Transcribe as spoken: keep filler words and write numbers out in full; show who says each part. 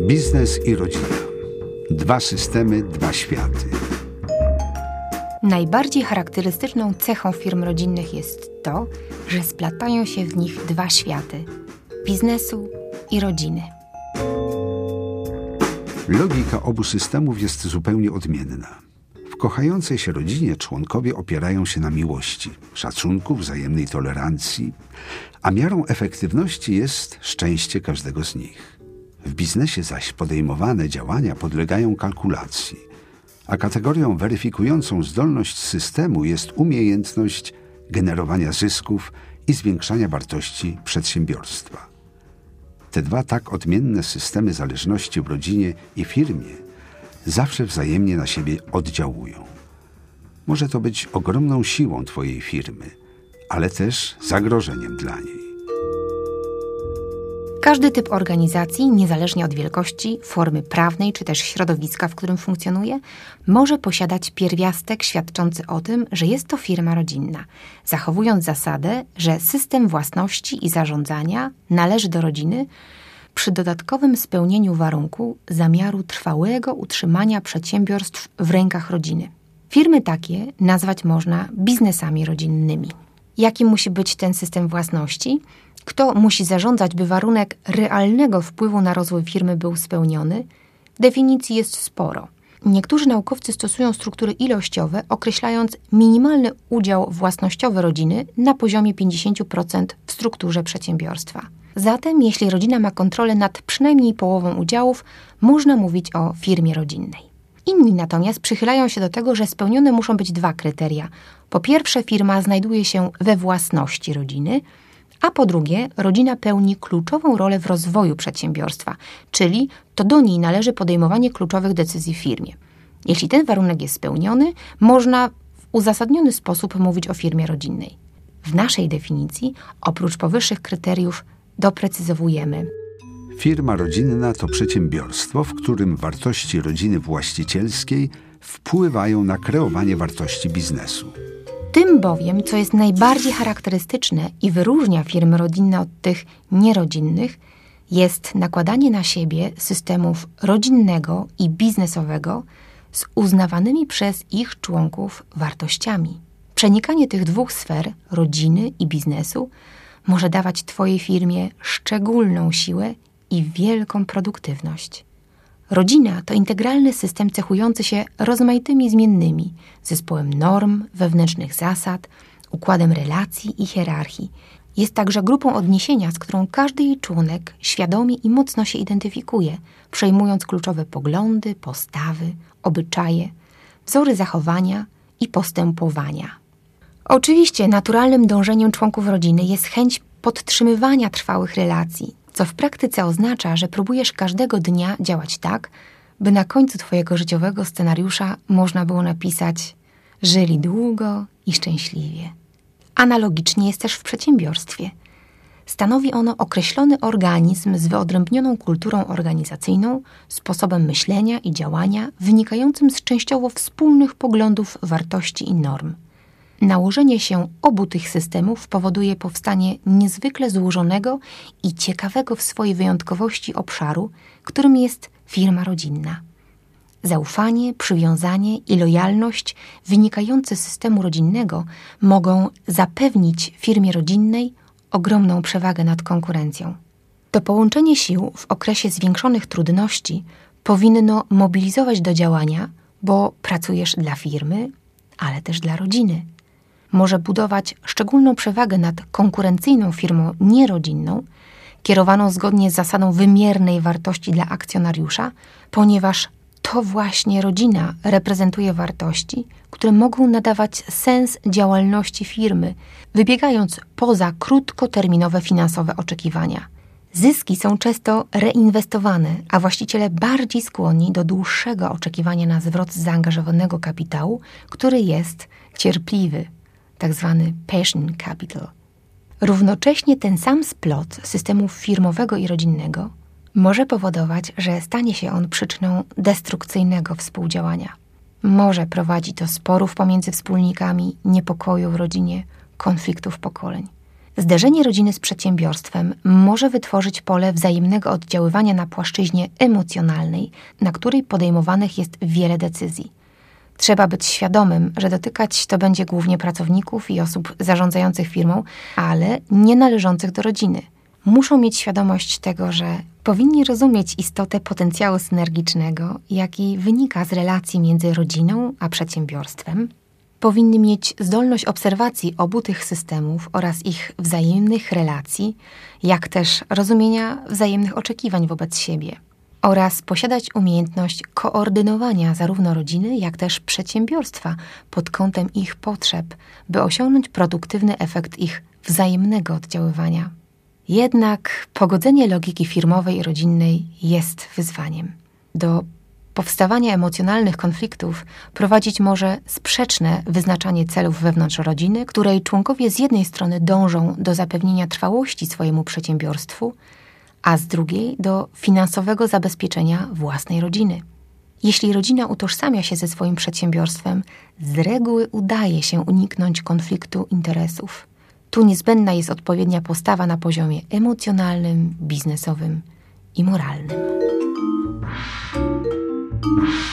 Speaker 1: Biznes i rodzina. Dwa systemy, dwa światy.
Speaker 2: Najbardziej charakterystyczną cechą firm rodzinnych jest to, że splatają się w nich dwa światy – biznesu i rodziny.
Speaker 1: Logika obu systemów jest zupełnie odmienna. W kochającej się rodzinie członkowie opierają się na miłości, szacunku, wzajemnej tolerancji, a miarą efektywności jest szczęście każdego z nich. W biznesie zaś podejmowane działania podlegają kalkulacji, a kategorią weryfikującą zdolność systemu jest umiejętność generowania zysków i zwiększania wartości przedsiębiorstwa. Te dwa tak odmienne systemy zależności w rodzinie i firmie zawsze wzajemnie na siebie oddziałują. Może to być ogromną siłą Twojej firmy, ale też zagrożeniem dla niej.
Speaker 2: Każdy typ organizacji, niezależnie od wielkości, formy prawnej czy też środowiska, w którym funkcjonuje, może posiadać pierwiastek świadczący o tym, że jest to firma rodzinna, zachowując zasadę, że system własności i zarządzania należy do rodziny przy dodatkowym spełnieniu warunku zamiaru trwałego utrzymania przedsiębiorstw w rękach rodziny. Firmy takie nazwać można biznesami rodzinnymi. Jaki musi być ten system własności? Kto musi zarządzać, by warunek realnego wpływu na rozwój firmy był spełniony? Definicji jest sporo. Niektórzy naukowcy stosują struktury ilościowe, określając minimalny udział własnościowy rodziny na poziomie pięćdziesiąt procent w strukturze przedsiębiorstwa. Zatem, jeśli rodzina ma kontrolę nad przynajmniej połową udziałów, można mówić o firmie rodzinnej. Inni natomiast przychylają się do tego, że spełnione muszą być dwa kryteria. Po pierwsze, firma znajduje się we własności rodziny, a po drugie, rodzina pełni kluczową rolę w rozwoju przedsiębiorstwa, czyli to do niej należy podejmowanie kluczowych decyzji w firmie. Jeśli ten warunek jest spełniony, można w uzasadniony sposób mówić o firmie rodzinnej. W naszej definicji, oprócz powyższych kryteriów, doprecyzowujemy.
Speaker 1: Firma rodzinna to przedsiębiorstwo, w którym wartości rodziny właścicielskiej wpływają na kreowanie wartości biznesu.
Speaker 2: Tym bowiem, co jest najbardziej charakterystyczne i wyróżnia firmy rodzinne od tych nierodzinnych, jest nakładanie na siebie systemów rodzinnego i biznesowego z uznawanymi przez ich członków wartościami. Przenikanie tych dwóch sfer, rodziny i biznesu, może dawać Twojej firmie szczególną siłę i wielką produktywność. Rodzina to integralny system cechujący się rozmaitymi zmiennymi, zespołem norm, wewnętrznych zasad, układem relacji i hierarchii. Jest także grupą odniesienia, z którą każdy jej członek świadomie i mocno się identyfikuje, przejmując kluczowe poglądy, postawy, obyczaje, wzory zachowania i postępowania. Oczywiście naturalnym dążeniem członków rodziny jest chęć podtrzymywania trwałych relacji, co w praktyce oznacza, że próbujesz każdego dnia działać tak, by na końcu Twojego życiowego scenariusza można było napisać żyli długo i szczęśliwie. Analogicznie jest też w przedsiębiorstwie. Stanowi ono określony organizm z wyodrębnioną kulturą organizacyjną, sposobem myślenia i działania wynikającym z częściowo wspólnych poglądów, wartości i norm. Nałożenie się obu tych systemów powoduje powstanie niezwykle złożonego i ciekawego w swojej wyjątkowości obszaru, którym jest firma rodzinna. Zaufanie, przywiązanie i lojalność wynikające z systemu rodzinnego mogą zapewnić firmie rodzinnej ogromną przewagę nad konkurencją. To połączenie sił w okresie zwiększonych trudności powinno mobilizować do działania, bo pracujesz dla firmy, ale też dla rodziny. Może budować szczególną przewagę nad konkurencyjną firmą nierodzinną, kierowaną zgodnie z zasadą wymiernej wartości dla akcjonariusza, ponieważ to właśnie rodzina reprezentuje wartości, które mogą nadawać sens działalności firmy, wybiegając poza krótkoterminowe finansowe oczekiwania. Zyski są często reinwestowane, a właściciele bardziej skłonni do dłuższego oczekiwania na zwrot zaangażowanego kapitału, który jest cierpliwy, tak zwany patient capital. Równocześnie ten sam splot systemu firmowego i rodzinnego może powodować, że stanie się on przyczyną destrukcyjnego współdziałania. Może prowadzić do sporów pomiędzy wspólnikami, niepokoju w rodzinie, konfliktów pokoleń. Zderzenie rodziny z przedsiębiorstwem może wytworzyć pole wzajemnego oddziaływania na płaszczyźnie emocjonalnej, na której podejmowanych jest wiele decyzji. Trzeba być świadomym, że dotykać to będzie głównie pracowników i osób zarządzających firmą, ale nie należących do rodziny. Muszą mieć świadomość tego, że powinni rozumieć istotę potencjału synergicznego, jaki wynika z relacji między rodziną a przedsiębiorstwem. Powinny mieć zdolność obserwacji obu tych systemów oraz ich wzajemnych relacji, jak też rozumienia wzajemnych oczekiwań wobec siebie oraz posiadać umiejętność koordynowania zarówno rodziny, jak też przedsiębiorstwa pod kątem ich potrzeb, by osiągnąć produktywny efekt ich wzajemnego oddziaływania. Jednak pogodzenie logiki firmowej i rodzinnej jest wyzwaniem. Do powstawania emocjonalnych konfliktów prowadzić może sprzeczne wyznaczanie celów wewnątrz rodziny, której członkowie z jednej strony dążą do zapewnienia trwałości swojemu przedsiębiorstwu, a z drugiej do finansowego zabezpieczenia własnej rodziny. Jeśli rodzina utożsamia się ze swoim przedsiębiorstwem, z reguły udaje się uniknąć konfliktu interesów. Tu niezbędna jest odpowiednia postawa na poziomie emocjonalnym, biznesowym i moralnym.